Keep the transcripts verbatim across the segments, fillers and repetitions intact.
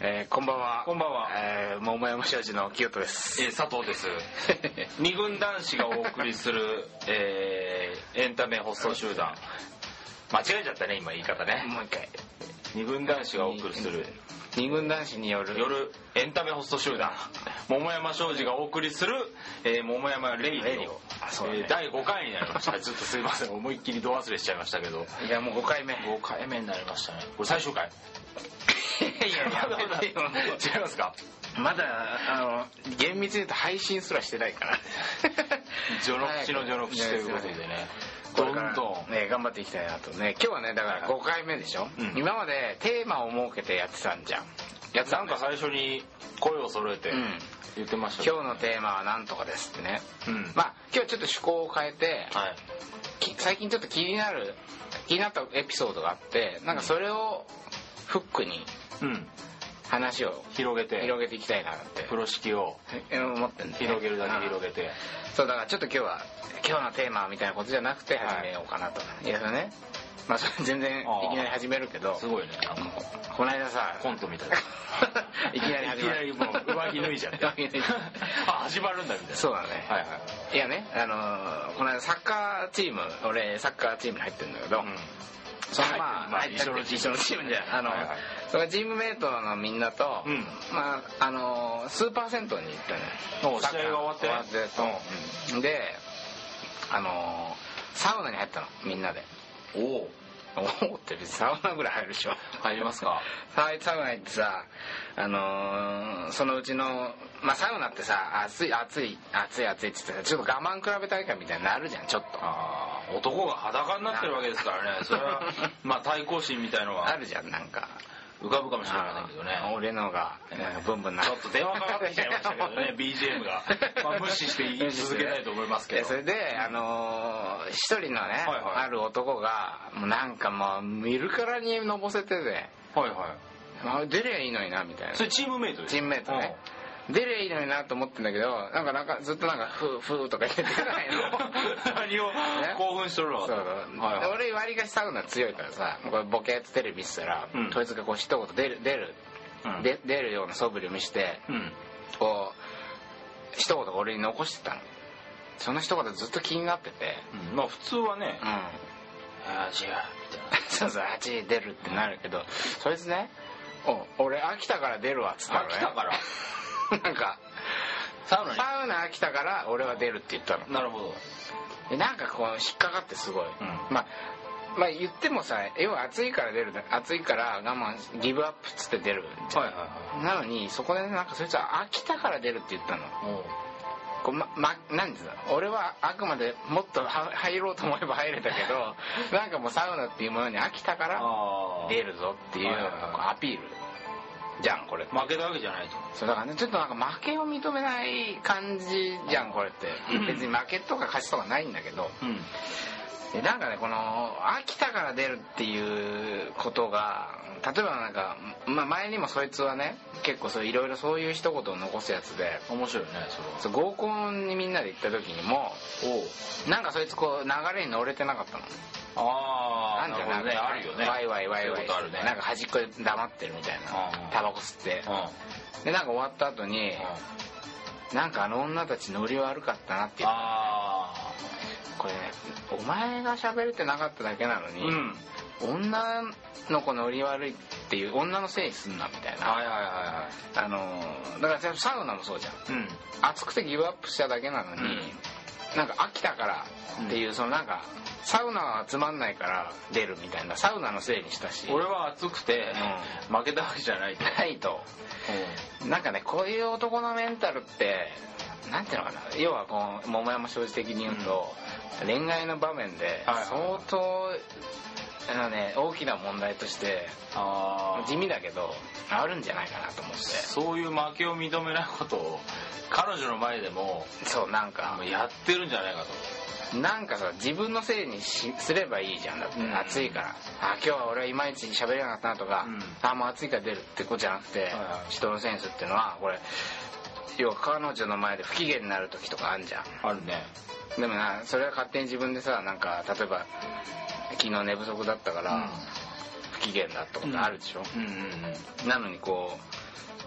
えー、こんばんは。 こんばんは。 えー、桃山商事の清人です。 えー、佐藤です。二軍男子がお送りする、えー、エンタメ放送集団。間違えちゃったね、今言い方ね。 もう一回。 二軍男子がお送りする二軍男子による夜エンタメホスト集団桃山商事がお送りする、えー、桃山レイディオ、ねえー、だいごかいになりました。ちょっとすいません、思いっきりド忘れしちゃいましたけど。 いやもうごかいめごかいめになりましたね。これ最終回。 いやいやまだまだ違いますか。 まだあの厳密に言うと配信すらしてないから序の口の序の口ということでね、どんどんね頑張っていきたいなとね。今日はねだからごかいめでしょ、うん、今までテーマを設けてやってたんじゃん。 やつなんか最初に声を揃えて言ってました、ね、 うん、今日のテーマはなんとかですってね、 うん、 まあ今日ちょっと趣向を変えて、 はい、 最近ちょっと気になる気になったエピソードがあって、なんかそれをフックに話を広げて広げていきたいなって風呂敷を思ってんで、ね、 広げるだけ広げて、 そうだからちょっと今日は今日のテーマみたいなことじゃなくて始めようかなと、はい、いやそれね、まあそれ全然いきなり始めるけど、 すごいね、なんかこの間さコントみたいないきなり始まる、いきなりもう上着脱いじゃってあ始まるんだみたいな。 そうだね、はいはい、いやね、あのー、この間サッカーチーム、俺サッカーチームに入ってるんだけど、うん、そのまあ、まあ、一緒のチームじゃあの、はいはい、そのチームメイトのみんなと、うん、まああのスーパー銭湯に行ったのよ。 試合が終わって終わってそう、うん、であのサウナに入ったのみんなで。 おおおおってサウナぐらい入るでしょ。 入りますか。 サウナ行ってさ、あのー、そのうちのまあサウナってさ、暑い暑い暑い暑いって言ってさ、ちょっと我慢比べ大会みたいになるじゃん、ちょっと。 ああ、男が裸になってるわけですからね。それはまあ対抗心みたいのはあるじゃん、なんか浮かぶかもしれないけどね。 俺のがなんかブンブンなちょっと電話かかってきちゃいましたけどねビージーエム が、まあ、無視して言い続けたいと思いますけど、 それであのー、一人のね、はいはい、ある男がもうなんかもう見るからにのぼせてて、 はいはい、 出りゃいいのになみたいな。 それチームメイトですか。 チームメイトね、出りゃいいのになと思ってんだけど、なんかなんかずっとなんかフーフーとか言ってないの何を興奮しとるのか。 そうそう、はいはい、俺割りかしサウナ強いからさ、これボケってテレビ見せたら、うん、こいつがこう一言出る出る、うん、で出るような素振りを見せて、うん、こう一言俺に残してたの。その一言ずっと気になってて、 うん、まあ普通はね、うん、ああ違うみたいなそうそう、あっち出るってなるけど、そいつね、お俺飽きたから出るわっつったのね。 飽きたからなんかサウナサウナ飽きたから俺は出るって言ったの。 なるほど。 でなんかこう引っかかってすごい、うん、まあまあ言ってもさ、要は暑いから出る、暑いから我慢ギブアップっつって出るじゃん、はいはいはい、なのにそこでなんかそいつは飽きたから出るって言ったの。こうままなんですか、俺はあくまでもっと入ろうと思えば入れたけどなんかもうサウナっていうものに飽きたから出るぞっていうアピールじゃんこれ。 負けたわけじゃないと。 そうだからね、ちょっとなんか負けを認めない感じじゃんこれって。別に負けとか勝ちとかないんだけど、うん、でなんかね、この飽きたから出るっていうことが、例えばなんか、まあ、前にもそいつはね結構いろいろそういう一言を残すやつで面白いね。それはそう、合コンにみんなで行った時にもなんかそいつこう流れに乗れてなかったの。 ああ、なんかね、あるよね。 ワイワイワイワイしてね、 なんか端っこで黙ってるみたいな、タバコ吸って、でなんか終わった後に、なんかあの女たちノリ悪かったなって言った。あこれね、お前が喋れてなかっただけなのに、うん、女の子ノリ悪いっていう女のせいにすんなみたいな。はいはいはいはい。あのだからサウナもそうじゃん。うん、暑くてギブアップしただけなのに、うん、なんか飽きたからっていう、そのなんかサウナはつまんないから出るみたいな、サウナのせいにしたし、 俺は暑くて、うん、負けたわけじゃないと。 ないと、うん、なんかね、こういう男のメンタルってなんていうのかな、要はこう桃山商事的に言うと、うん、恋愛の場面で相当あの、ね、大きな問題としてあ地味だけどあるんじゃないかなと思って。 そういう負けを認めないことを彼女の前でもそうなんかやってるんじゃないかと。 なんかさ、自分のせいにしすればいいじゃん。だって、うん、暑いからあ今日は俺はいまいち喋れなかったなとか、うん、あもう暑いから出るってことじゃなくて、はいはい、人のセンスっていうのはこれ要は彼女の前で不機嫌になる時とかあるじゃん。 あるね。 でもな、それは勝手に自分でさ、なんか例えば昨日寝不足だったから、うん、不機嫌だってことあるでしょ、うんうんうんうん、なのにこう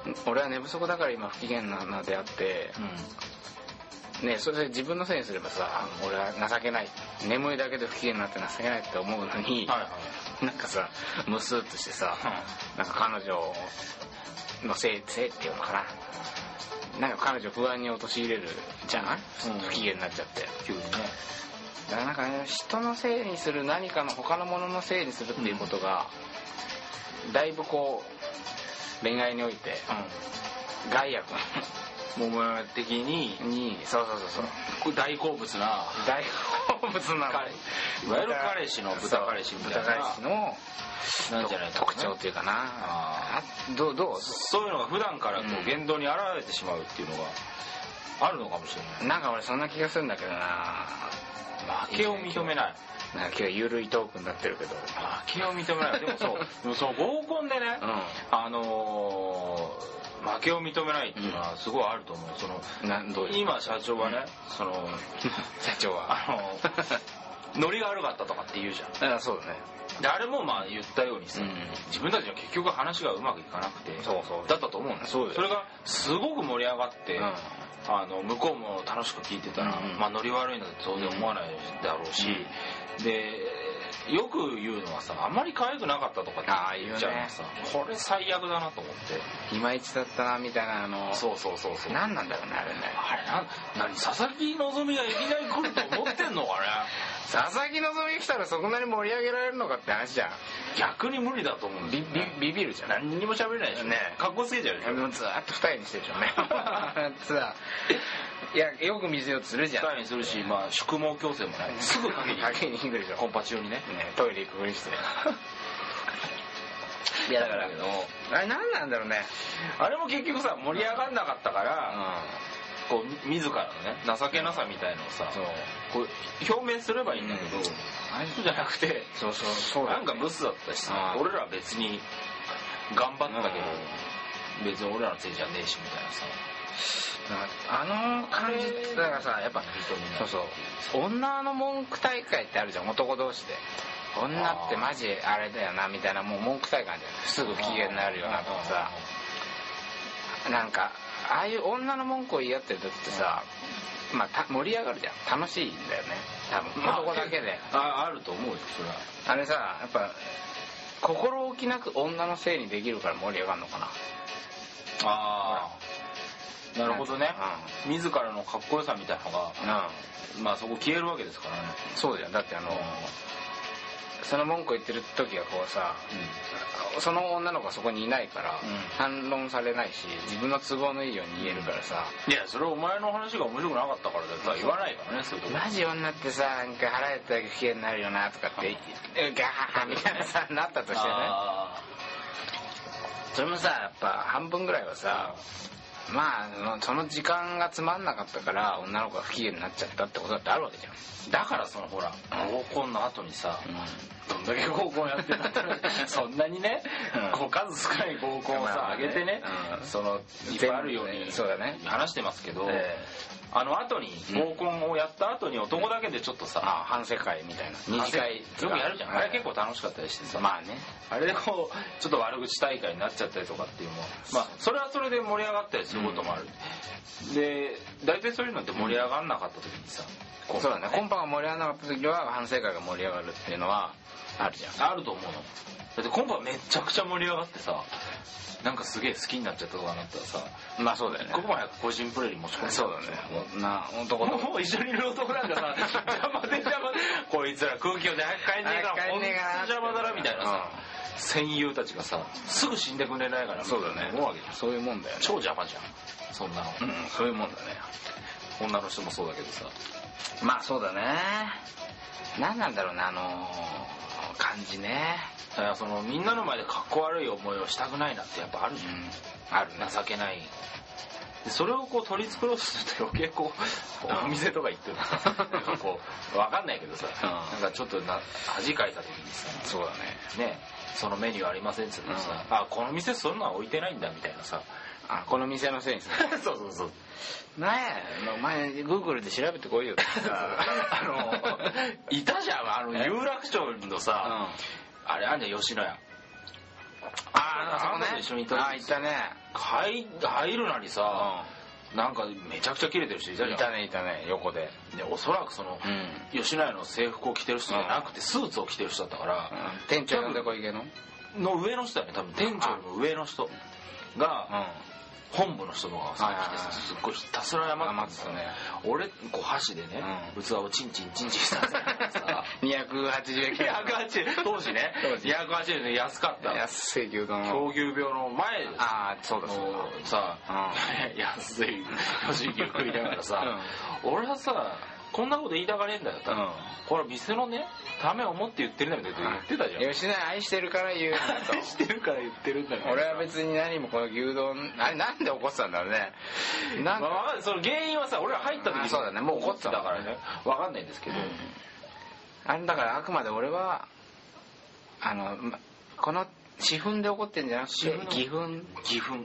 俺は寝不足だから今不機嫌なのであって、うん、ね、それで自分のせいにすればさ、俺は情けない、眠いだけで不機嫌になって情けないって思うのに、はいはい、なんかさムスッとしてさ、うん、なんか彼女のせいせいっていうのかな、なんか彼女不安に陥れるじゃない、うん、不機嫌になっちゃって急にね。だからなんかね、人のせいにする、何かの他のもののせいにするっていうことが、うん、だいぶこう恋愛において、うん、害悪桃山的ににそうそうそうそう大好物な大好物な、 いわゆる彼氏の豚彼氏みたいな豚彼氏のなんじゃないか、ね、 特徴っていうかな。あどうどうそういうのが普段からこう言動に現れてしまうっていうのがあるのかもしれない。 なんか俺そんな気がするんだけどな。 負けを認めない。 なんか今日ゆるいトークになってるけど、 負けを認めない。でもそうでもそう合コンでね、うん、あのー、負けを認めないっていうのはすごいあると思う。そのなんどう今社長はね、うん、その社長はあのノリが悪かったとかって言うじゃん。 あ、そうだね。 であれもまあ言ったようにさ、うん、自分たちは結局話がうまくいかなくて、そうそうだったと思うんだよ。それがすごく盛り上がって、うん、あの向こうも楽しく聞いてたら、うんうん、まあノリ悪いのだと当然思わないだろうし、うん、でよく言うのはさ、あんまり可愛くなかったとかって言っちゃうのさ、ね、これ最悪だなと思って、 いまいちだったなみたいな、あのそうそうそうそう、 何なんだろうねあれね。 あれな、何佐々木希がいきなり来ると思ってんのかね。 佐々木希来たらそこなに盛り上げられるのかって話じゃん。 逆に無理だと思うんですよ、ね、 ビ, ビ, ビビるじゃん。 何にも喋れないでしょね。かっこつけちゃうでしょ。 もうずーっと二重にしてるでしょね。いやよく見せようとするじゃん。 二重にするし、まあ宿毛矯正もない。すぐかけにかけに行くでしょ。 コンパチ用にね。 ね、トイレ行くふりして。いやだからけど、あれ何なんだろうね。 あれも結局さ盛り上がんなかったから。うん、こう自らのね情けなさみたいのをさ、こう表明すればいいんだけど、うん、あれじゃなくて、 そうそうそう、ね、 なんかブスだったしさ、俺らは別に頑張ったけど、うん、別に俺らのせいじゃねえしみたいなさ、 あの感じってだからさ、やっぱそうそう女の文句大会ってあるじゃん、男同士で。女ってマジあれだよなみたいな、もう文句大会じゃん、すぐ不機嫌になるよなとかさ、なんかああいう女の文句を言い合ってる時ってさ、まあ盛り上がるじゃん、楽しいんだよね多分、まあ、男だけで。 ああると思うよそれは。 あれさ、やっぱ心置きなく女のせいにできるから盛り上がるのかな。 ああ、なるほどね、うん、自らのかっこよさみたいなのが、うん、まあそこ消えるわけですからね。 そうじゃん、だってあの、うん、その文句言ってる時はこうさ、うん、その女の子がそこにいないから、うん、反論されないし、自分の都合のいいように言えるからさ、 いやそれはお前の話が面白くなかったからだったら言わないからね。そういうとこマジ女ってさ、なんか腹減っただけ不機嫌になるよなとかってガハハみたいなさなったとしてね、それもさやっぱ半分ぐらいはさ、まあその時間がつまんなかったから女の子が不機嫌になっちゃったってことだってあるわけじゃん。 だからそのほら合コンの後にさ、うん、どんだけ合コンやってるんだったらそんなにね、うん、こう数少ない合コンをさ、上げてね、うん、そのいっぱいあるようにそうだね話してますけど、えー、あの後に合コンをやった後に男だけでちょっとさ、うん、 あ反省会みたいな二次会よくやるじゃん、あれ結構楽しかったりしてさ、 まあね、 あれでこうちょっと悪口大会になっちゃったりとかっていうのは、まあそれはそれで盛り上がったりすることもある、うん、で大体そういうのって盛り上がんなかった時にさ、 うん、そうだね、コンパが盛り上がらなかった時は反省会が盛り上がるっていうのはあるじゃん。 あると思うの。だってコンパめちゃくちゃ盛り上がってさ、なんかすげえ好きになっちゃったとかなったらさ、 まあそうだよね、 ここまで個人プレイに持ち込んで、 そうだね、な男ともう一緒にいる男なんかさ邪魔で邪魔でこいつら空気をね帰んねえからほんと邪魔だなみたいなさ、うん、戦友たちがさすぐ死んでくれないからそうだね、思うわけじゃん。そういうもんだよね、 超邪魔じゃんそんなの、 うん、そういうもんだね。 女の人もそうだけどさ、 まあそうだね、何なんだろうねあのー、感じね。 だからそのみんなの前でかっこ悪い思いをしたくないなってやっぱあるじゃん、うん、ある、情けない。でそれをこう取り繕うとすると余計こう、うん、お店とか行ってるなんかこう分かんないけどさ、うん、なんかちょっとな恥かいた時にさ、 そうだね、 ね、そのメニューありませんって言ってさ、うん、あこの店そんな置いてないんだみたいなさ、 あこの店のせいにするそうそうそうねえ、お前グーグルで調べてこいよってさあのいたじゃん、あの有楽町のさ、うん、あれあんじゃん吉野家、 ああそこね、 一緒に行ったあ行ったね、 入るなりさ、うん、なんかめちゃくちゃキレてる人いたじゃん。 いたねいたね横で。 でおそらくその、うん、吉野家の制服を着てる人じゃなくて、うん、スーツを着てる人だったから、 うん、店長呼んでこいけのの上の人だよね多分。店長の上の人が、うん、本部の人とかがさ来てさすっごいひたすら謝ってたね。俺こう箸でね、うん、器をチンチンチンチンしたさにひゃくはちじゅうえんにひゃくはちじゅうえん当時ねにひゃくはちじゅうえんで安かった。 安い牛丼狂牛病の前です。 ああそうだそうださ、うん、安い吉牛食いながらさ、うん、俺はさこんなこと言いたがれんだよ多分、うん、これ店のねためを思って言ってるんだみたいな言ってたじゃん。 吉野家愛してるから言うんだと愛してるから言ってるんだから。 俺は別に何もこの牛丼あれなんで怒ってたんだろうね。 なんか、まあ、その原因はさ俺ら入った時にそうだねもう怒ってただからね分かんないんですけど、うん、 あれだからあくまで俺はあのこの私憤で怒ってんじゃなくて義憤義憤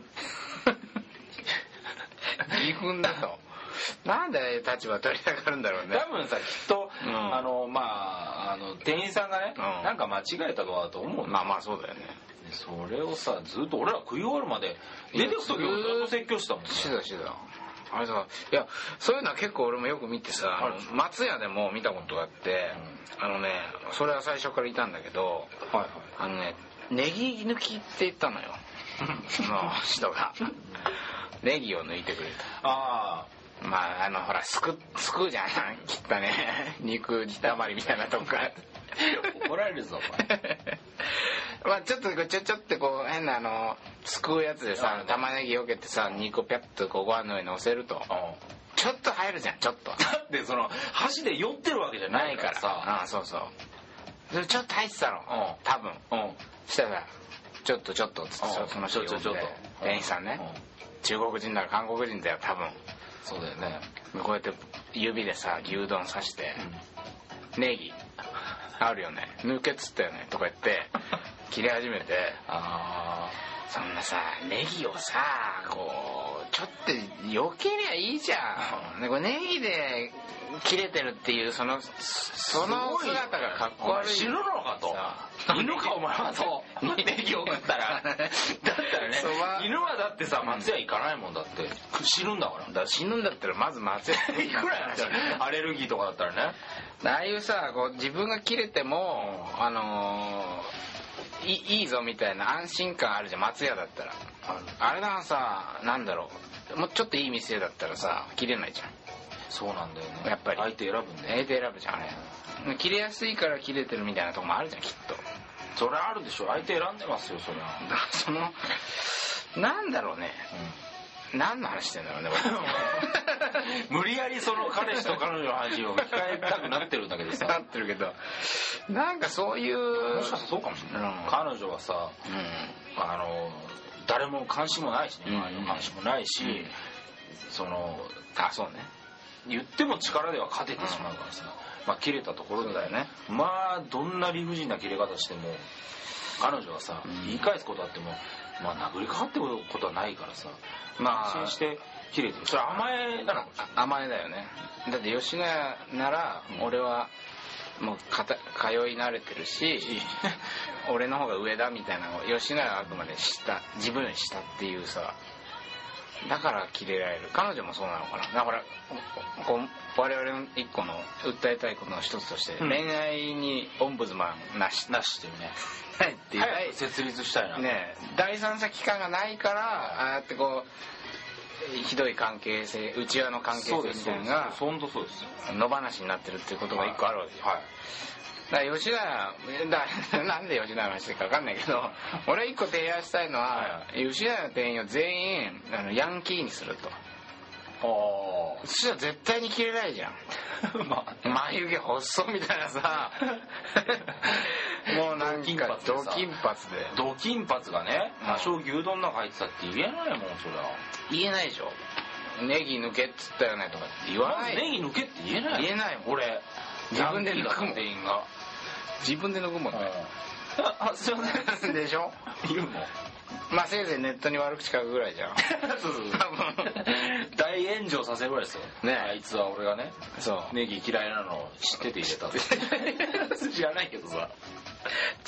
義憤だと。なんで立場取りたがるんだろうね。 多分さきっと、うん、あのまああの店員さんがね、うん、なんか間違えたとかだと思う。 まあまあそうだよね。 それをさずっと俺ら食い終わるまで出てく時もずっと説教したもんね。 してたしてた。あれさいやそういうのは結構俺もよく見てさ松屋でも見たことがあって、うん、あのねそれは最初からいたんだけど、はいはい、あのねネギ抜きって言ったのよその人がネギを抜いてくれた。ああまああのほらすくすくうじゃん切ったね肉たまりみたいなとこから怒られるぞお前まあちょっとちょちょってこう変なあのすくうやつでさ玉ねぎよけてさ肉をピャッとこうご飯の上に乗せるとちょっと入るじゃんちょっと。 だってその箸で寄ってるわけじゃないからさ。 ああそうそうちょっと入ってたの多分したらちょっとちょっとつってその人呼んで店員さんね中国人だか韓国人だよ多分。 そうだよね。 こうやって指でさ牛丼刺して、うん、ネギあるよね抜けっつったよねとか言って切り始めてあそんなさネギをさこうちょっと避けりゃいいじゃん、うん、これネギで切れてるっていうそのその姿がかっこ悪い。 死ぬのかと犬かお前はとネギを食ったらだったらね犬はだってさ松屋行かないもんだって死ぬんだから。だから死ぬんだったらまず松屋行くらやアレルギーとかだったらね。 ああいうさこう自分が切れても、うん、あのー、い, いいぞみたいな安心感あるじゃん松屋だったら。あれがさなんだろうもうちょっといい店だったらさ切れないじゃん。 そうなんだよねやっぱり相手選ぶんだよ。 相手選ぶじゃんあれ。切れやすいから切れてるみたいなとこもあるじゃんきっと。 それあるでしょ相手選んでますよそれは。 だからそのなんだろうね、うん、何の話してんだろうね無理やりその彼氏と彼女の話を聞かれたくなってるんだけどさなってるけどなんかそういうもしかしたらそうかもしれない、うん、彼女はさ、うん、あの誰も関心もないしね、周りの関心もないし、うん、そのあそうね言っても力では勝ててしまうからさ、うん、まあ切れたところでだよね。まあどんな理不尽な切れ方しても彼女はさ、うん、言い返すことあってもまあ殴りかかってくることはないからさまあ安心して切れてる。それ甘えなのかもしれない。 甘えだよね。だって吉野家なら俺はもうかた通い慣れてるし俺の方が上だみたいなのを吉野家はあくまで下自分より下っていうさだからキレられる。彼女もそうなのかな。だからこう我々の一個の訴えたいことの一つとして、うん、恋愛にオンブズマンなしなしっていうねないっていう、 早く設立したいなね。第三者機関がないからああやってこうひどい関係性内輪の関係性みたいなのが野放しになってるっていうことが一個あるわけよ、はいはい。だから吉田だなんで吉田の話してるか分かんないけど俺一個提案したいのは、はい、吉田の店員を全員あのヤンキーにすると。そしたら絶対に切れないじゃんまあ、眉毛細みたいなさもうなんかド金髪でド金髪がね多少牛丼の中入ってたって言えないもんそりゃ。 言えないでしょ。ネギ抜けっつったよねとかって言わない。 ネギ抜けって言えない。 言えないもん俺自分で抜くもん。店員が自分で抜くもんね。 あ、すいませんでしょ。 言うもん。 まあせいぜいネットに悪口書くぐらいじゃんそうそう多分大炎上させるぐらいですよね。あいつは俺がねそうネギ嫌いなの知ってて入れたって知らないけどさちっ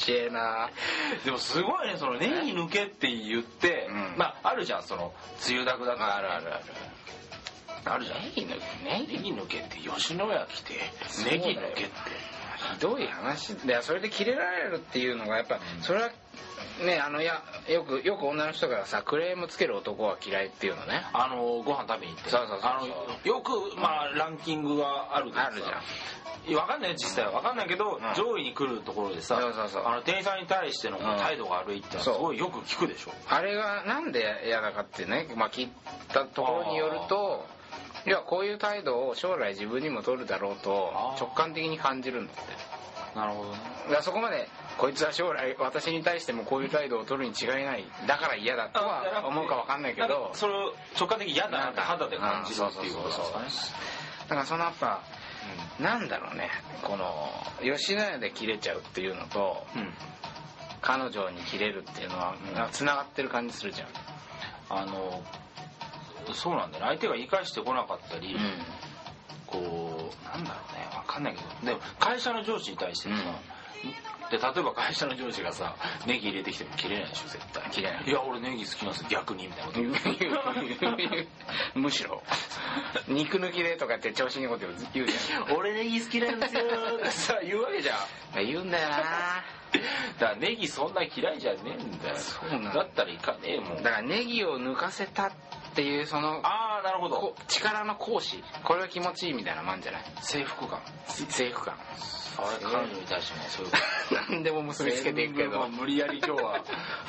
ちええな。 でもすごいね、そのネギ抜けって言って、うん、まああるじゃん、そのつゆだくだとか、 あるあるあるあるじゃん。 ネギ抜け、ネギ抜けって吉野家来てネギ抜けってひどい話で、それでキレられるっていうのがやっぱ、うん、それはね、あのいやよくよく女の人がさ、クレームつける男は嫌いっていうのね、 あのご飯食べに行って、 そうそうそうそう、 あのよくまあランキングがあるけどさ、 あるじゃん。 分かんないよ実際は分かんないけど、うん、上位に来るところでさ、 そうそうそう、 あの店員さんに対しての態度が悪いってのはすごいよく聞くでしょ、 うん、あれがなんで嫌だかってね、まあ、聞いたところによると、いやこういう態度を将来自分にも取るだろうと直感的に感じるんだって。 なるほどね。 だからそこまでこいつは将来私に対してもこういう態度を取るに違いない、だから嫌だとは思うか分かんないけど、 それを直感的に嫌だなって肌で感じるっていうことですかね。 だからそのやっぱ、うん、なんだろうね、この吉野家で切れちゃうっていうのと、うん、彼女に切れるっていうのはつながってる感じするじゃん。 あのそうなんだよね、相手が言い返してこなかったり、うん、こうなんだろうね、分かんないけど、でも会社の上司に対してさ、うん、で例えば会社の上司がさネギ入れてきても切れないでしょ、絶対切れない。 いや俺ネギ好きなんです逆にみたいなこと言うむしろ肉抜きでとかって調子にいいこと言うじゃん俺ネギ好きなんですよってさ言うわけじゃん。言うんだよな。 だからネギそんな嫌いじゃねえんだよ。 そうなんだ。 だったらいかねえもん。 だからネギを抜かせたっていうその、 ああなるほど、 力の行使、これは気持ちいいみたいなもんじゃない。 征服感、 征服感。 あれ彼女に対してもそういう何でも結びつけていくけど無理やり今日は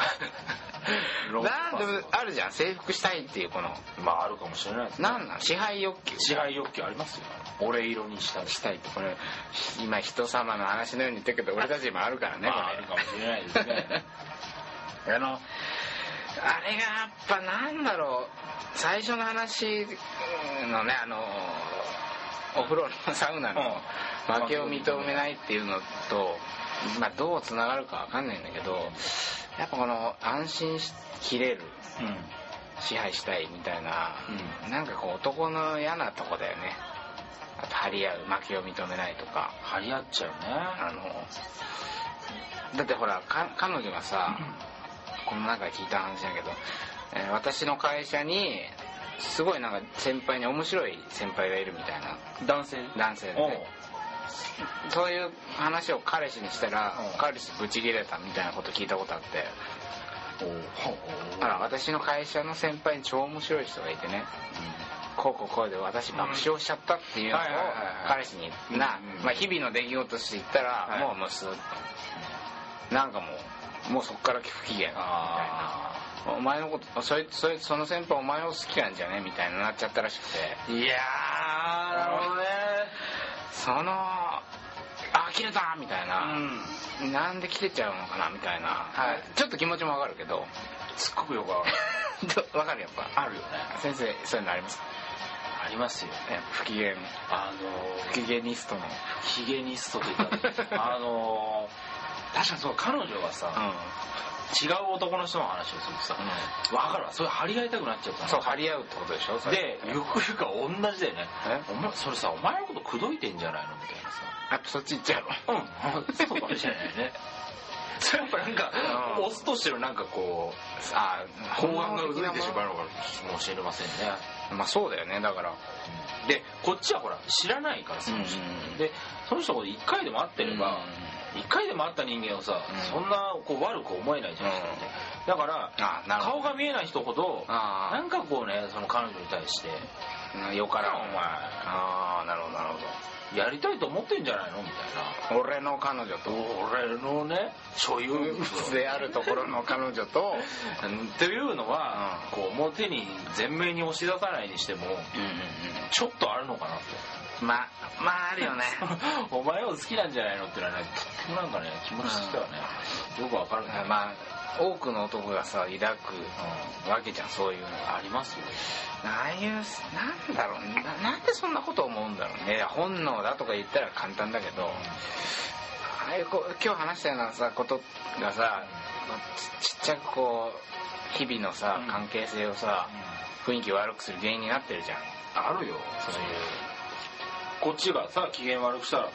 なんでもあるじゃん、征服したいっていうこの、 まああるかもしれないですね。 なんなん支配欲求、 支配欲求ありますよ。俺色にしたいしたいって、これ今人様の話のように言ってるけど俺たちもあるからね。 まああるかもしれないですねあのあれがやっぱなんだろう、最初の話のね、あのお風呂のサウナの負けを認めないっていうのと、まあ、どうつながるか分かんないんだけど、やっぱこの安心しきれる、うん、支配したいみたいな、うん、なんかこう男の嫌なとこだよね。あと張り合う、負けを認めないとか、 張り合っちゃうね。 あのだってほらか彼女がさ、うん、この中で聞いた話だけど、えー、私の会社にすごいなんか先輩に面白い先輩がいるみたいな。 男性男性でね。そういう話を彼氏にしたら彼氏ブチギレたみたいなこと聞いたことあって、あら私の会社の先輩に超面白い人がいてね、うん、こうこうこうで私爆笑しちゃったっていうのを彼氏にな、まあ、日々の出来事として言ったら、はい、もうもうスーッとなんかもうもうそっから不機嫌みたいな。お前のことそいそいその先輩お前を好きなんじゃねみたいになっちゃったらしくて、 いやーなるほどね。 そのあ切れたみたいな、うん、なんで切れちゃうのかなみたいな、はい、ちょっと気持ちもわかるけど、 すっごくよくわかるわかる。やっぱあるよね。 先生そういうのありますか？ ありますよ。 不機嫌、 あのー、 不機嫌ニストの不機嫌ニストというかあのー、確かにそう、彼女はさ、うん違う男の人の話をするとさ、うん、分かるわ、それ張り合いたくなっちゃうから。 そう張り合うってことでしょ。 でよく言うか同じだよね。お前それさお前のこと口説いてんじゃないのみたいなさ。 やっぱそっち行っちゃうの。 うんそうかもしれないね。それやっぱなんか、うん、オスとしてのなんかこうあ睾丸がうずいてしまうのかもしれませんね。 まあそうだよね。だから、 うん、でこっちはほら知らないからさ、うん、でその人がいっかいでも会ってれば、うん一回でも会った人間をさ、うん、そんなこう悪く思えないじゃないですか、うん、だから顔が見えない人ほどなんかこうね、その彼女に対してよからんお前ああなるほどなるほどやりたいと思ってんじゃないのみたいな。俺の彼女と俺のね所有物であるところの彼女とっていうのは、うん、こう表に前面に押し出さないにしても、うんうんうん、ちょっとあるのかなって。 まあまああるよねお前を好きなんじゃないのってのはね、とってもなんかね気持ちとしてはね、うん、よくわかるね。 まあ多くの男がさ抱く、うん、わけじゃん、そういうのがありますよ。 ああいうなんだろう な, なんでそんなこと思うんだろうね。本能だとか言ったら簡単だけど、うん、ああいうこ今日話したようなさことがさ、ち, ちっちゃくこう日々のさ、うん、関係性をさ、うん、雰囲気悪くする原因になってるじゃん。 あるよそういう。こっちがさ機嫌悪くしたら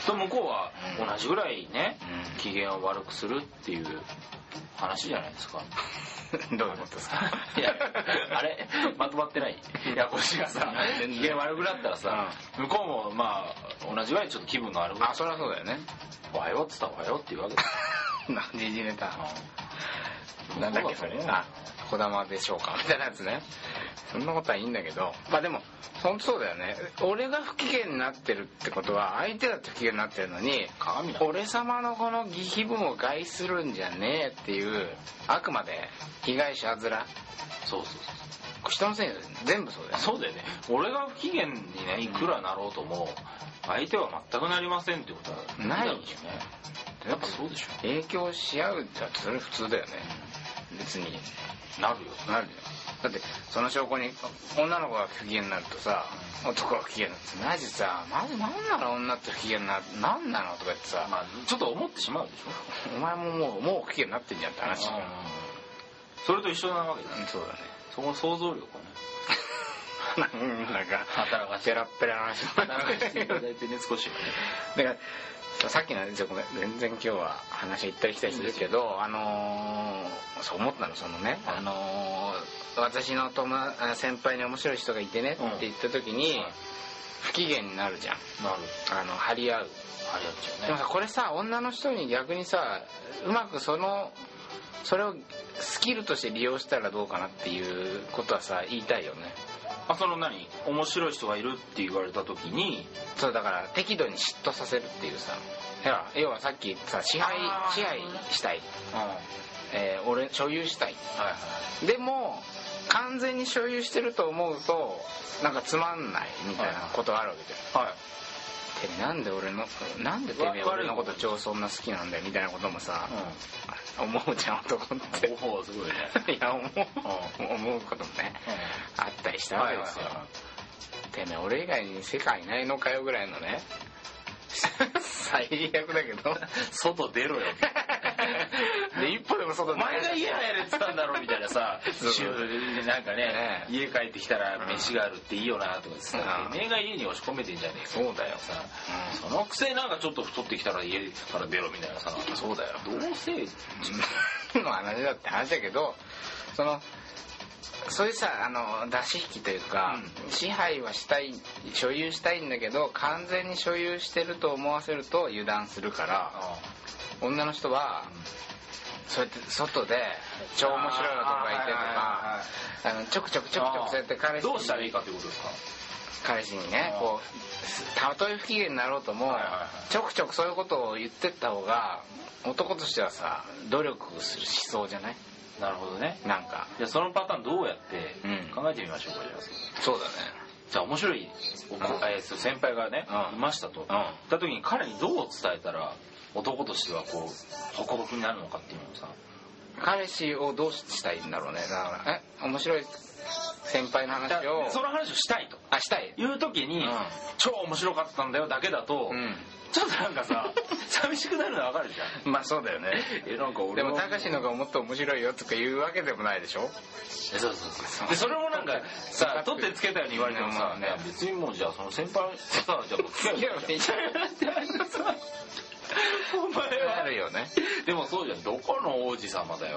と向こうは同じぐらいね、うん、機嫌を悪くするっていう話じゃないですか。 どういうことですか？ いやあれまとまってない。いやこっちがさ機嫌悪くなったらさ、うん、向こうもまあ同じぐらいちょっと気分が悪くなる。 あ、そりゃそうだよね。 おはようっつったらおはようっていうわけです何時事ネタ、うん、なんだっけそれ。あ、こだまでしょうかみたいなやつね。そんなことはいいんだけど、まあでも本当そうだよね。俺が不機嫌になってるってことは相手だって不機嫌になってるのに、俺様のこの気分を害するんじゃねえっていう、あくまで被害者面。 そうそうそう、 人のせいで全部そうだよね。 そうだよね。俺が不機嫌にねいくらなろうとも相手は全くなりませんってことはないよね。 やっぱそうでしょ。 影響し合うってそれ普通だよね。別になるよ。 なるよ。だってその証拠に女の子が不機嫌になるとさ、男が不機嫌になってマジさ、マジなんなの女って不機嫌になるなんなのとか言ってさ、 まあ、ちょっと思ってしまうでしょ。お前ももうもう不機嫌になってんじゃんって話じゃん。 それと一緒なわけだね。 そうだね。 そこの想像力をねなんか働かペラッペラな話働かしていただいてね少しはね。 だからさっきのごめん全然今日は話行ったり来たりするけど、あのー、そう思ったのそのね、あのー、私の友達先輩に面白い人がいてねって言った時に、うん、不機嫌になるじゃん。 なる。 あの張り合う。 張り合っちゃうね。 でもさこれさ女の人に逆にさうまくそのそれをスキルとして利用したらどうかなっていうことはさ言いたいよね。 あ、その何面白い人がいるって言われた時に、 そうだから適度に嫉妬させるっていうさ、要はさっき言ったさ支配支配したい、うん、えー、俺所有したい、はいはい、でも完全に所有してると思うとなんかつまんないみたいなことがあるわけじゃん。はいはい、てめえなんで俺のなんでてめえ俺のこと超そんな好きなんだよみたいなこともさ、うん、思うじゃん男って。 おおすごいね。 いや思う、うん、思うこともね、うん、あったりしたわけですよ。はいはいはい、てめえ俺以外に世界いないのかよぐらいのね最悪だけど外出ろよで一歩でも外出ろお前が家入れって言ったんだろみたいなさ週なんかね、ね、家帰ってきたら飯があるっていいよなとかさ、うん、てめえが家に押し込めてんじゃねえか。 そうだよさ、 うん、そのくせなんかちょっと太ってきたら家から出ろみたいなさ。 そうだよ。 どうせの話だって話だけど、そのそういうさあの出し引きというか、うん、支配はしたい所有したいんだけど完全に所有してると思わせると油断するから、うん、女の人は、うん、そうやって外で超面白い男がいてとかあのちょくちょくちょくちょくそうやって彼氏にどうしたらいいかということですか。 彼氏にねこうたとえ不機嫌になろうとも、はいはいはい、ちょくちょくそういうことを言ってった方が男としてはさ努力するしそうじゃない。 なるほどね。 なんかじゃあそのパターンどうやって考えてみましょうか。じゃあそうだね。 じゃあ面白い、うん、えー、先輩がね、うん、いましたと、うん、言った時に彼にどう伝えたら男としてはこうホクホクになるのかっていうのをさ。 彼氏をどうしたいんだろうね。だからえ面白い先輩の話をその話をしたいとあしたいいう時に、うん、超面白かったんだよだけだと、うん、ちょっとなんかさ寂しくなるのは分かるじゃん。 まあそうだよね。 えなんか俺でも高志の方がもっと面白いよとか言うわけでもないでしょ。 そうそうそう。でそれもなんかさ取ってつけたように言われてもさ、ね、別にもうじゃあその先輩さじゃあもう付き合うよお前はあるよね。 でもそうじゃんどこの王子様だよ。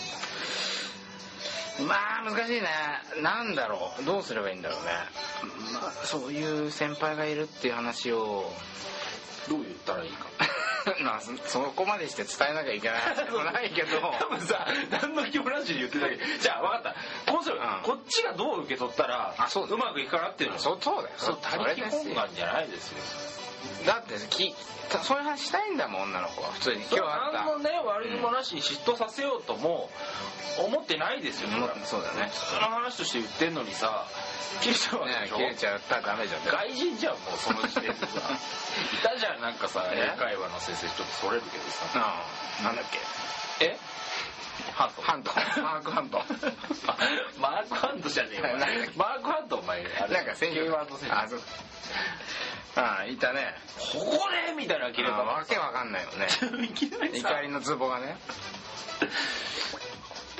まあ難しいね。なんだろうどうすればいいんだろうね。まあそういう先輩がいるっていう話をどう言ったらいいかまあそこまでして伝えなきゃいけないでもないけど多分さ何の気もなしに言ってたけどじゃあ分かったこうする、うん、こっちがどう受け取ったらあそううまくいくかなっていうのそうそうだよ。 そう他力本願じゃないですよ。 だってきそういう話したいんだもん女の子は普通に。今日あった何のね悪気もなしに嫉妬させようとも思ってないですよね。 そうだね。 その話として言ってんのにさ切れちゃうわけでしょ。 切れちゃったらダメじゃん。 外人じゃんもうその時点でさいたじゃんなんかさ英会話の先生ちょっとそれるけどさああなんだっけえハントハントマークハントマークハントじゃねえよマークハントお前あれなんか選手ワード選手あそうああいたね。 ここでみたいな切れ方わけわかんないよね怒りのツボがね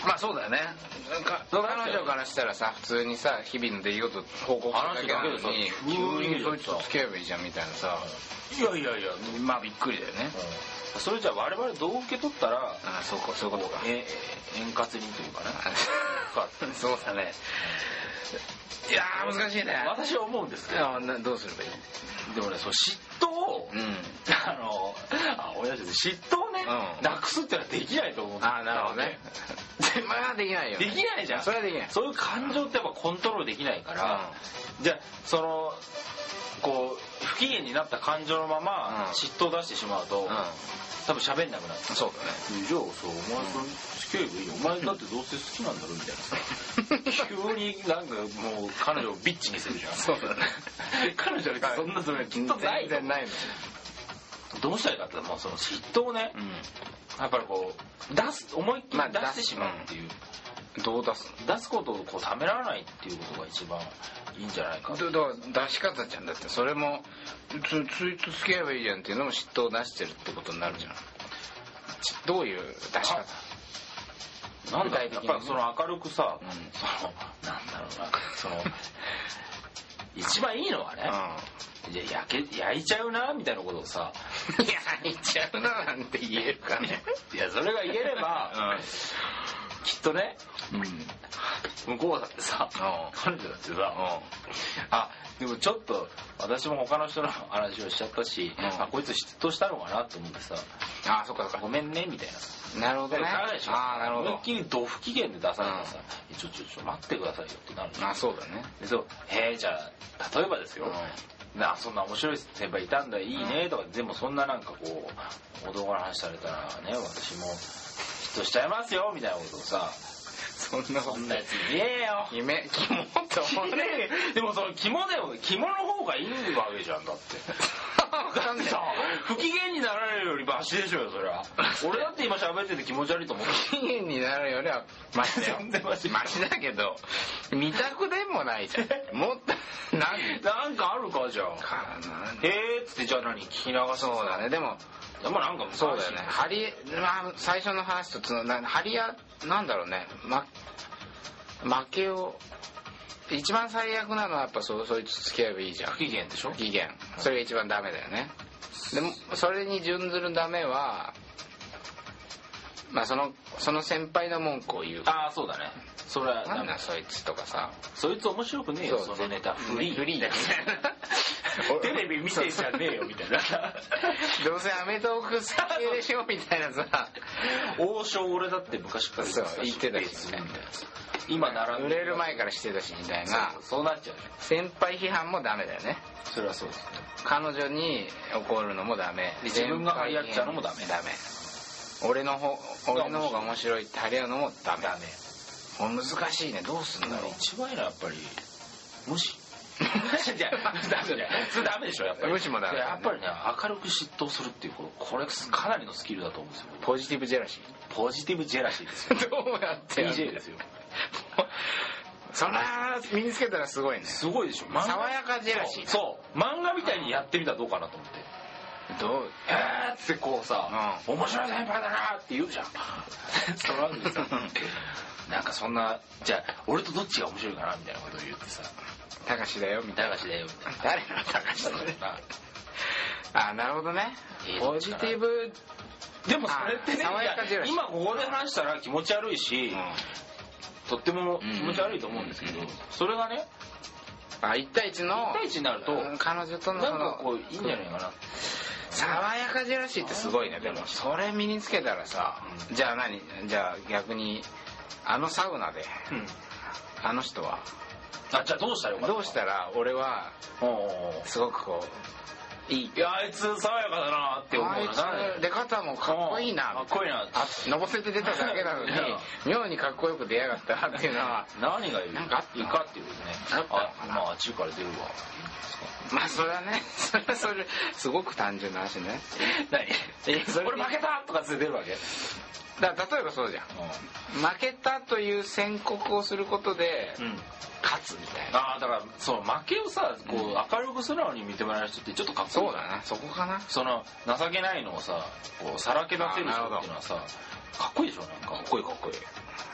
まあそうだよね。彼女からしたらさ、普通にさ日々の出来事報告するだけなのに急にそいつと付き合えばいいじゃんみたいなさ、 いやいやいや、 まあびっくりだよね。 それじゃあ我々どう受け取ったら、 ああそうそういうことか、 え円滑にというかねそうだね。いやー難しいね。 私は思うんですけど、 どうすればいい？ でもね、そう嫉妬を、うん、あのあ思い出して嫉妬をね、うん、なくすってのはできないと思うんだ。 ああなるほどね。まあできないよ、ね、 できないじゃん。 それはできない。 そういう感情ってやっぱコントロールできないから、うん、じゃあそのこう不機嫌になった感情のまま嫉妬を出してしまうと、うん、多分喋んなくなる。 そうだね。 じゃあそうお前それ付き合えばいいよ、お前だってどうせ好きなんだろみたいなさ急になんかもう彼女をビッチにするじゃん。 そうだね。 彼女はそんなつもりきっとない全然ないの。 どうしたらいいかってもうその嫉妬をね、うん、やっぱりこう出す思いっきり出してしまうっていう、まあ、どう出す出すことをこうためらわないっていうことが一番いいんじゃないか。 だから出し方じゃん。だってそれもつついつ付き合えばいいじゃんっていうのも嫉妬を出してるってことになるじゃん。どういう出し方？ なんだやっぱりその明るくさ、うん、そのなんだろうなその一番いいのはね、うん、いや焼け焼いちゃうなみたいなことをさ焼いちゃうななんて言えるかね。 いやそれが言えれば、うん、きっとね、うん、向こうだってさ、うん、彼女だってさ、うん、あでもちょっと私も他の人の話をしちゃったし、うん、あこいつ嫉妬したのかなと思ってさ、 あそっかそっかごめんねみたいな。 なるほどね。 あなるほど。思いっきりド不機嫌で出されたらさ、うん、ちょちょちょ待ってくださいよってなるじゃん。 あそうだね。 でそうへえじゃあ例えばですよ、うん、なそんな面白い先輩いたんだいいねとか、うん、でもそんななんかこう男の話されたらね私も嫉妬しちゃいますよみたいなことをさ。 そんなそんなやつ言えよ。 キメキモって思うね。 でもそのキモでもキモの方がいいわけじゃんだって。だってさ不機嫌になられるよりマシでしょよそれは。俺だって今喋ってて気持ち悪いと思う。 不機嫌になるよりはマシだよ。マシだけど見たくでもないじゃん。もっと何なんかあるかじゃあ。へえっつってじゃあ何聞き流そうだね。 でもでもなんかそうだよね。ハリまあ最初の話とつなハリアなんだろうね。ま負けを一番最悪なのはやっぱそそいつ付き合えばいいじゃん。 不機嫌でしょ。 不機嫌。それが一番ダメだよね。でもそれに準ずるダメはまあそのその先輩の文句を言う。 ああそうだね。それはなんだそいつとかさ。 そいつ面白くねえよそのネタ。フリーフリーだよね。 テレビ見てんじゃねえよみたいな。 どうせアメトーーク好きでしょみたいなさ。 王将俺だって昔から言ってたしね。 今並んで売れる前からしてたしみたいな。 そうなっちゃうね。 先輩批判もダメだよね。 それはそうです。 彼女に怒るのもダメ。 自分が張り合っちゃうのもダメ。 ダメ。俺の方俺の方が面白いって張り合うのもダメ。 ダメ。 難しいね。どうすんだろう。 一番いいのはやっぱり無視。じゃあダメだよ。それダメでしょやっぱり。 無視もダメ。 やっぱりね明るく嫉妬するっていうこれかなりのスキルだと思うんですよ。 ポジティブジェラシー。ポジティブジェラシーですよ。 どうやってピージェー ですよ。 そら身につけたらすごいね。 すごいでしょ。 爽やかジェラシー。 そう漫画みたいにやってみたらどうかなと思って。 どうえーってこうさ、うん、面白い先輩だなって言うじゃん。その後にさなんかそんなじゃあ俺とどっちが面白いかなみたいなことを言ってさたかしだよみたいな。 たかしだよみたいな。 誰がたかしだよ。あなるほどね。ポジティブでもそれってね今ここで話したら気持ち悪いし、うん、とっても気持ち悪いと思うんですけど、うん、それがねあいち対いちのいち対いちになると、 うん、彼女とのなんかこういいんじゃないかな。 爽やかジェラシーってすごいね。でもそれ身につけたらさ、うん、じゃあ何じゃあ逆にあのサウナで、うん、あの人はあじゃあどうしたらよかったどうしたら俺はすごくこういい。 いやあいつ爽やかだなって思う。あいつ出方もかっこいいな。 かっこいいな。 あのぼせて出ただけなのに妙にかっこよく出やがったなっていうのは何がいいなんかいいかっていうね。あまああっちから出るわ。 まあそれはねそれはそれすごく単純な話ね。 何俺負けたとかって出るわけだから例えばそうじゃん、うん、負けたという宣告をすることで、うん、勝つみたいな。 ああだからそう負けをさこう、うん、明るく素直に認められる人ってちょっとかっこいい。 そうだなそこかな。 その情けないのをさこうさらけ出せる人っていうのはさかっこいいでしょ。なんかかっこいいかっこいい。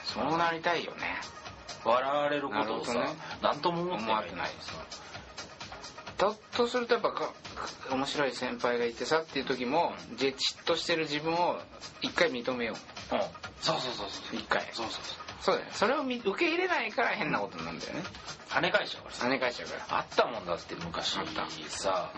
そうなりたいよね。 笑われることをさ、ね、何とも思ってないですととするとやっぱか面白い先輩がいてさっていう時も、うん、じっとしてる自分を一回認めよう。うん、 そうそうそうそう。 一回。 そうそうそう。 そうだよ。それを受け入れないから変なことになるんだよね。 跳ね返しちゃうからさ。 跳ね返しちゃうから。 あったもんだって昔さ、うん、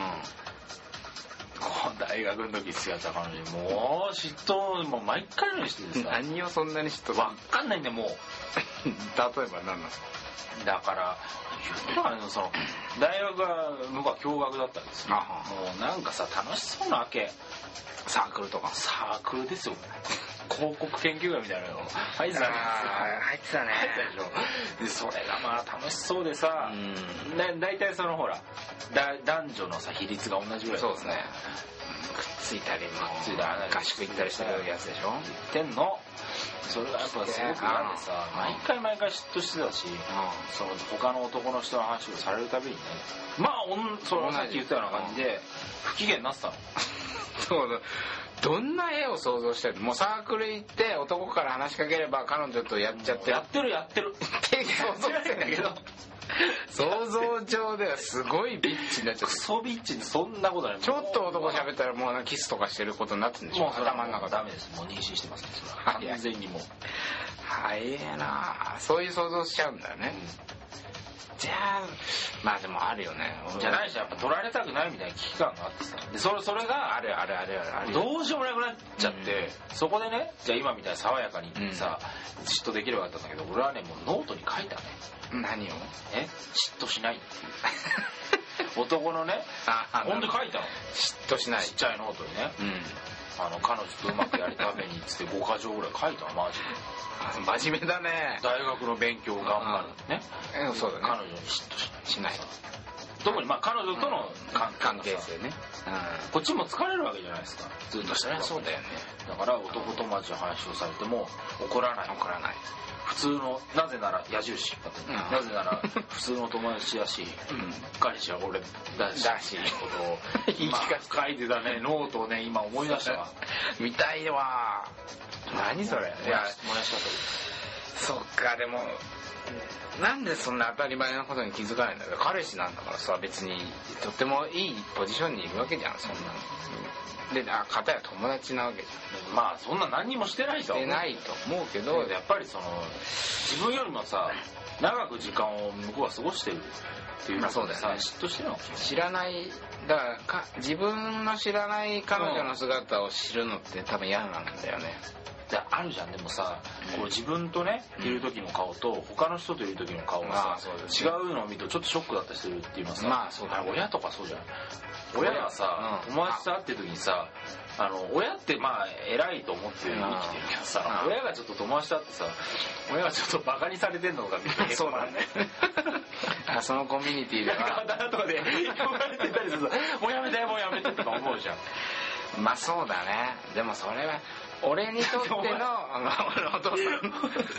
大学の時付き合った彼女にもう嫉妬もう毎回のようにしててさ。 何をそんなに嫉妬。 分かんないんだよもう。 例えば何なんですか。 だから言ったからね、その大学は僕は共学だったんですよ。もうなんかさ楽しそうなわけ。 サークルとか。 サークルですよ。広告研究会みたいなの入ってたんですよ。 入ってたね。 入ってたでしょ。でそれがまあ楽しそうでさ、うん、だ大体そのほらだ男女のさ比率が同じぐらいそうですね。くっついたりも合宿行ったりしてるやつでしょ。 言ってんの。それがやっぱすごく嫌でさ、毎回毎回嫉妬してたし、その他の男の人の話をされるたびにね、まあそのさっき言ったような感じで不機嫌になってたの。 そうだ。どんな絵を想像してるの？もうサークル行って男から話しかければ彼女とやっちゃってる。 やってるやってる。 って想像してんだけど。想像上ではすごいビッチになっちゃって。 クソビッチにそんなことない。 ちょっと男喋ったらもうキスとかしてることになってるんでしょ。もう頭の中で。 ダメです。もう妊娠してますね。完全にもう。 早えな。そういう想像しちゃうんだよね。うん、じゃあまあでもあるよね。 じゃないしやっぱ取られたくないみたいな危機感があってさ。でそれそれがあるあるあるある。 どうしようもなくなっちゃって、うん、そこでねじゃあ今みたいに爽やかにさ、うん、嫉妬できればよかったんだけど俺はねもうノートに書いたね。 何を？ え嫉妬しないっていう男のねほんと書いたの。 嫉妬しない。 ちっちゃいノートにね、うん、あの彼女とうまくやるためにっつってごか条ぐらい書いたのマジで。真面目だね。 大学の勉強頑張るね。 えそうだね。 彼女に嫉妬しない。 しない。 特にまあ彼女との関係性ね。 こっちも疲れるわけじゃないですか。ずっとしてる。 そうだよね。 だから男友達の話をされても怒らない。 怒らない。 普通のなぜなら矢印、うん、なぜなら普通の友達だし、うん、彼氏は俺だしだしことを今書いてたねノートをね今思い出したわ。 見たいわ。何それ。 いや燃やしそっか。でもなんでそんな当たり前のことに気づかないんだろう。彼氏なんだからさ別にとってもいいポジションにいるわけじゃんそんなの。であ片や友達なわけじゃん。まあそんな何にもしてないとしてないと思うけどやっぱりその自分よりもさ長く時間を向こうは過ごしてるっていうのをさ、まあそうだよね、嫉妬してるの知らないだからか自分の知らない彼女の姿を知るのって多分嫌なんだよね。 あるじゃん。でもさ、うん、こう自分とねいる時の顔と他の人といる時の顔がさ、うん、違うのを見るとちょっとショックだったりするっていうのはさ、 まあそうだね、 親とかそうじゃん。親はさ、うん、友達と会ってる時にさあの親ってまあ偉いと思って生きてるけどさ、親がちょっと友達と会ってさ親がちょっとバカにされてんのが見てそうだねそのコミュニティでは刀とかで呼ばれてたりするさもうやめてもうやめてとか思うじゃん。 まあそうだね。でもそれは俺にとっての俺のお父さん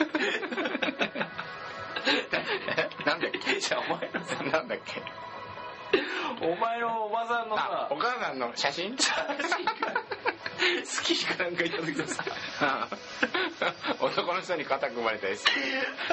なんだっけじゃあお前のさなんだっけお前のおばさんのさお母さんの写真写真か好きかなんか言った時のさ男の人に肩組まれたりする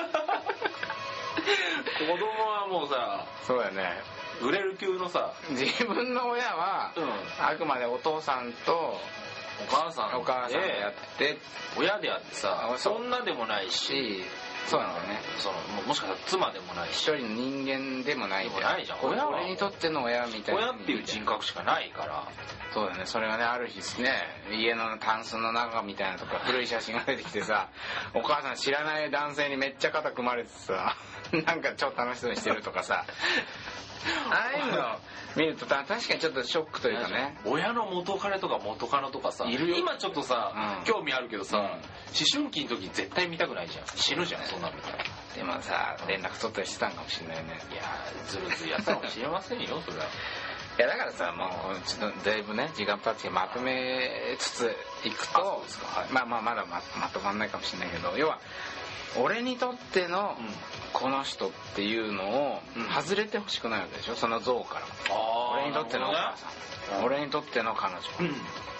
子供はもうさそうだね売れる級のさ自分の親は、うん、あくまでお父さんとお母さんお母さんでやって親であってさそんなでもないしそうなんだね。 その も, もしかしたら妻でもないし一人の人間でもないでもないじゃん。 親は俺にとっての親みたいな親っていう人格しかないからそうだね。それがねある日ですね家のタンスの中みたいなとか古い写真が出てきてさお母さん知らない男性にめっちゃ肩組まれてさなんか超楽しそうにしてるとかさああいうの見ると確かにちょっとショックというかね親の元彼とか元カノとかさいるよ今ちょっとさ、うん、興味あるけどさ、うん、思春期の時絶対見たくないじゃん。死ぬじゃんそんなの見たら。 でもさ連絡取ったりしてたんかもしれないね。 いやずるずるやったかもしれませんよそれは。 いやだからさもうちょっとだいぶね時間経ってまとめつついくと、はい、まあまあまだ ま, まとまんないかもしれないけど要は俺にとってのこの人っていうのを外れてほしくないわけでしょその像から。俺にとってのお母さん、ね、俺にとっての彼女、うん、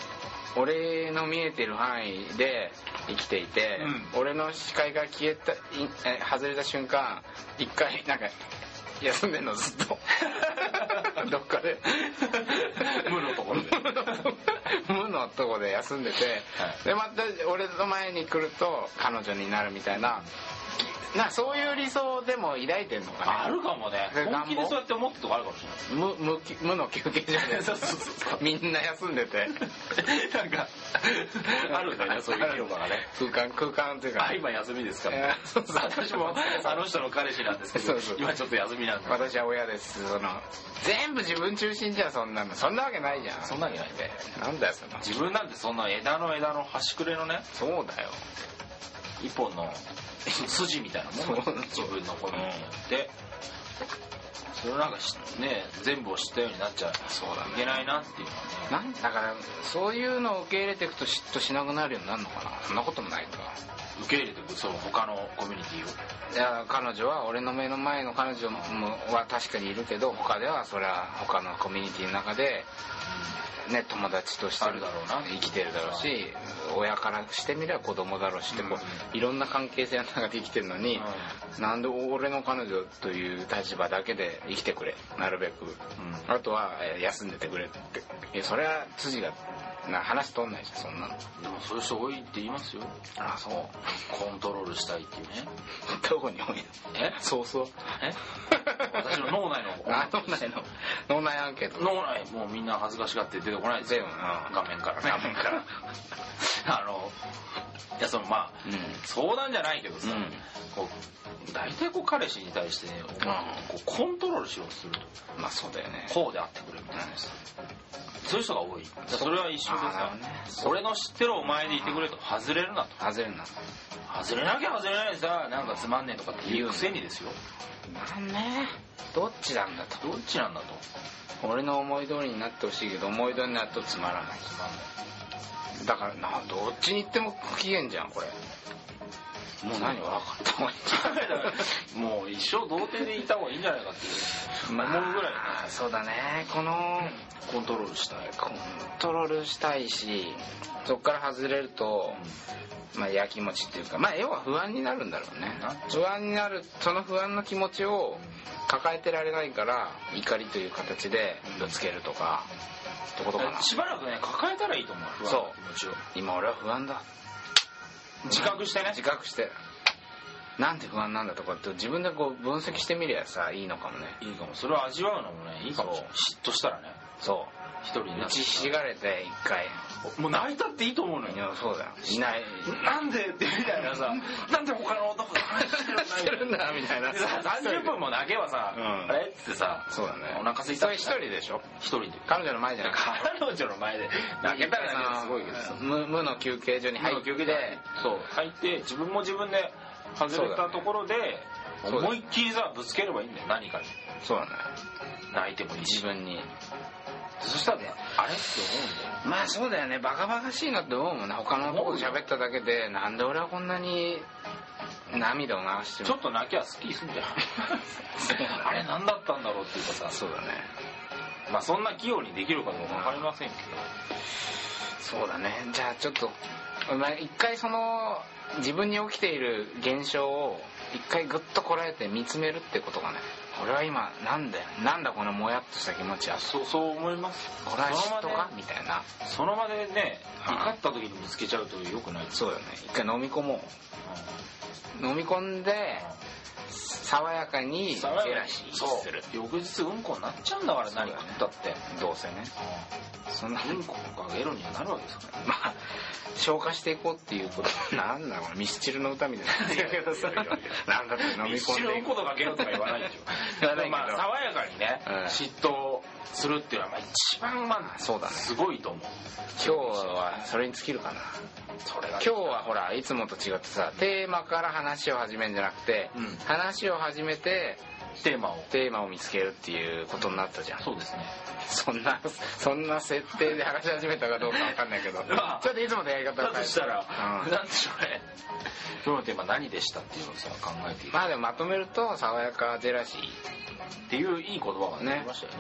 俺の見えてる範囲で生きていて、うん、俺の視界が消えたえ外れた瞬間一回なんか休んでんのずっとどっかで無のところで無のところで休んでて、はい、でまた俺の前に来ると彼女になるみたいななそういう理想でも抱いてんのかね。 あるかもね。本気でそうやって思ってるとこあるかもしれない。 無無無の休憩所でそうそうそうみんな休んでてなんかあるんだよねそういう広場がね。 空間空間っていうか。 あ今休みですかみたいな。そうそう私もあの人の彼氏なんですけどそうそう今ちょっと休みなんで。 私は親です。その全部自分中心じゃんそんなの。そんなわけないじゃん。 そんなわけないで。なんだよその。 自分なんてそんな枝の枝の端くれのね。 そうだよ。 一本の筋みたいなもの自分の好みによってそれをなんかね全部を知ったようになっちゃそうだ、ね、いけないなっていうのはね。 なんだからそういうのを受け入れていくと嫉妬しなくなるようになるのかな。そんなこともないか。 受け入れていくその他のコミュニティを。 いや彼女は俺の目の前の彼女は確かにいるけど他ではそれは他のコミュニティの中で、うんね、友達としてるだろうな生きてるだろうし親からしてみれば子供だろうしってこういろんな関係性の中で生きてるのに、うん、なんで俺の彼女という立場だけで生きてくれなるべく、うん、あとは休んでてくれっていやそれは筋がな話通んないじゃんそんなの。 でもそういう人多いって言いますよ。 ああそうコントロールしたいっていうね。 どこに多いの。 えそうそうえ私の脳内のあ脳内の脳内アンケート脳内もうみんな恥ずかしがって出てこないですよ、うん、画面からね画面からあのいやそのまあ、うん、相談じゃないけどさ、うん、こう大体こう彼氏に対して、ね、うん、こうコントロールしようとするとまあそうだよねこうであってくれみたいな、うん、そういう人が多い。それは一緒でさ、ね、俺の知ってるお前でいてくれと外れるなと外れるな外れなきゃ外れないでさなんかつまんねえとかって言うくせにですよ。 なんねどっちなんだとどっちなんだと俺の思い通りになってほしいけど思い通りになるとつまらないつまんないだからなどっちに行っても不機嫌じゃんこれ。もう何分かった方がいいもう一生童貞でいた方がいいんじゃないかっていう思うぐらい、ね、 まあそうだねこのコントロールしたいコントロールしたいしそこから外れると、うん、まあやきもちっていうかまあ要は不安になるんだろうね。不安になるその不安の気持ちを抱えてられないから怒りという形でぶつけるとか、うん、ってことかな。 しばらくね抱えたらいいと思う不安の気持ちを。 今俺は不安だ自覚してね自覚してなんで不安なんだとかって自分でこう分析してみりゃさいいのかもね。 いいかもそれを味わうのもねいいかもしれない。嫉妬したらねそう一人になって打ちひしがれて一回もう泣いたっていいと思うのよ。 いやそうだよいないなんでってみたいなさなんで他の男と話してるんだみたいなさんじゅっぷんも泣けばさ、うん、あれってさそうだねお腹空いたそれ一人でしょ一人で彼女の前じゃなくて彼女の前で泣けたらすごいけどさ無, 無の休憩所に入ってそう入って自分も自分で外れたところで思いっきりさぶつければいいんだよ何かに。 そうだね泣いてもいいし自分にそしたらねあれって思うんだよ。 まあそうだよねバカバカしいなって思うもんね。他のこと喋っただけでなんで俺はこんなに涙を流してるちょっと泣きゃスッキリすんじゃんあれ何だったんだろうっていうかさそうだねまあそんな器用にできるかどうか分かりませんけど、 そうだねじゃあちょっと一回その自分に起きている現象を一回グッとこらえて見つめるってことがね俺は今なんだよなんだこのもやっとした気持ちはそうそう思います。 これは嫉妬かみたいなその場でね怒った時にぶつけちゃうとよくない。 そうだよね一回飲み込もう、うん、飲み込んで、うん、爽やかにジェラシーする。 翌日うんこになっちゃうんだから、何食ったってどうせね、 うん、そんなうんこがゲロにはなるわけですから、ね、 まあ消化していこうっていうことなんだろうミスチルの歌みたいなけどさなんだって飲み込んでミスチルのうんことかゲロとか言わないでしょまあ爽やかにね、うん、嫉妬するっていうのはまあ一番まあそうだねすごいと思う。 今日はそれに尽きるかな。それが今日はほらいつもと違ってさテーマから話を始めるんじゃなくて、うん、話を始めてテーマをテーマを見つけるっていうことになったじゃん、 うん、そうですね。 そんなそんな設定で話し始めたかどうか分かんないけど、まあ、ちょっといつもとやり方を変えたとしたら、うん、なんでしょうね今日のテーマ何でしたっていうのをさ考えていい。 まあでもまとめると爽やかジェラシーっていういい言葉がねありましたよね一つね。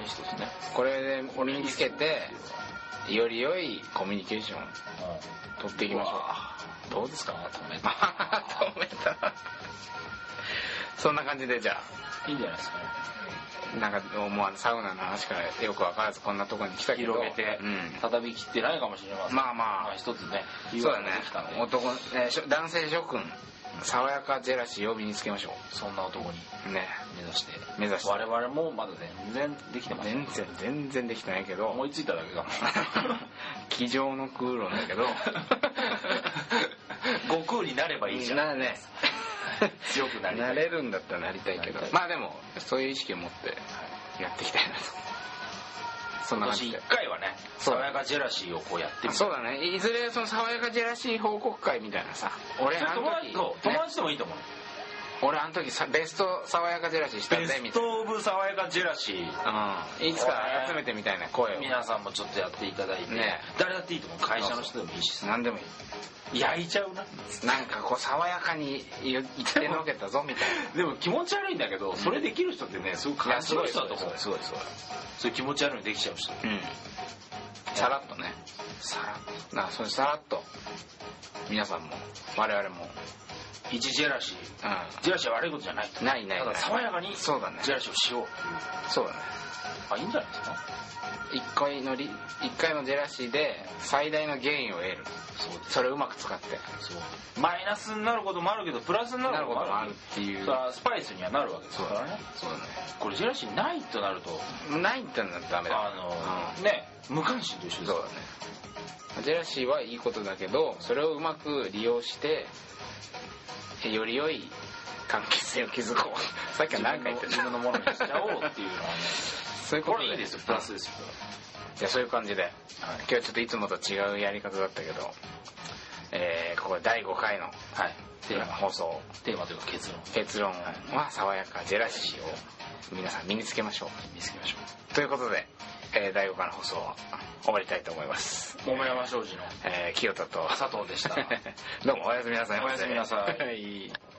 これで身につけてより良いコミュニケーション取っていきましょう。どうですか？止めた止めたそんな感じで、じゃあいいんじゃないですかね。 なんかもうサウナの話からよく分からずこんなところに来たけど、 広げて、うん、畳み切ってないかもしれません。 まあまあ、 まあ、一つね、 そうだね、男、えー、男性諸君爽やかジェラシーを身につけましょう。 そんな男にね目指して目指して我々もまだ全然できてません。 全然全然できてないけど、 思いついただけかも机上の空論だけど悟空になればいいじゃん。 なね強くなりたい。 なれるんだったらなりたいけど、まあでもそういう意識を持ってやっていきたいなと。そんな感じで今年いっかいはね、爽やかジェラシーをこうやってみる。 そうだね、いずれその爽やかジェラシー報告会みたいなさ、俺あの時友達でもいいと思う。 俺あの時さベスト爽やかジェラシーしたんでみたいな。 ベストオブ爽やかジェラシー、 うん、いつか集めてみたいな声を皆さんもちょっとやっていただいて、ね、誰だっていいと思う。会社の人でもいいし、 何でもいい。 焼いちゃうな。 なんかこう爽やかに言ってのけたぞみたいな。 でも気持ち悪いんだけど、それできる人ってね、すごく感じる人だと思う。すごいすごい。そういう気持ち悪いにできちゃう人。 うん。さらっとね。さらっと。なあ、それさらっと皆さんも我々も一ジェラシー、うん、ジェラシーは悪いことじゃないと。 ないないない。 ただ爽やかにそうだね。 ジェラシーをしよう。 そうだね。 あ、いいんじゃないですか。 一回のり一回のジェラシーで最大のゲインを得る。そうです。それをうまく使って。 そう。マイナスになることもあるけどプラスになることもあるっていう。 それはスパイスにはなるわけですからね。 そうだね。 これジェラシーないとなると、 ないってなったらダメだ。 あの、うん、ね、無関心と一緒です。 そうだね。ジェラシーはいいことだけど、それをうまく利用してより良い関係性を築こう。さっきは何回言って自分のものにしちゃおうっていうのはね。 そういうことでこれいいですよ。プラスですよ。 じゃあそういう感じで、はい、今日はちょっといつもと違うやり方だったけど、えー、ここでだいごかいの、はい、テーマ放送テーマというか結論結論は爽やかジェラシーを皆さん身につけましょう。 身につけましょうということで、えー、だいごかいの放送を終わりたいと思います。 桃山商事の、 えー、清田と佐藤でした。 どうもおやすみなさい。 おやすみなさい。 はい。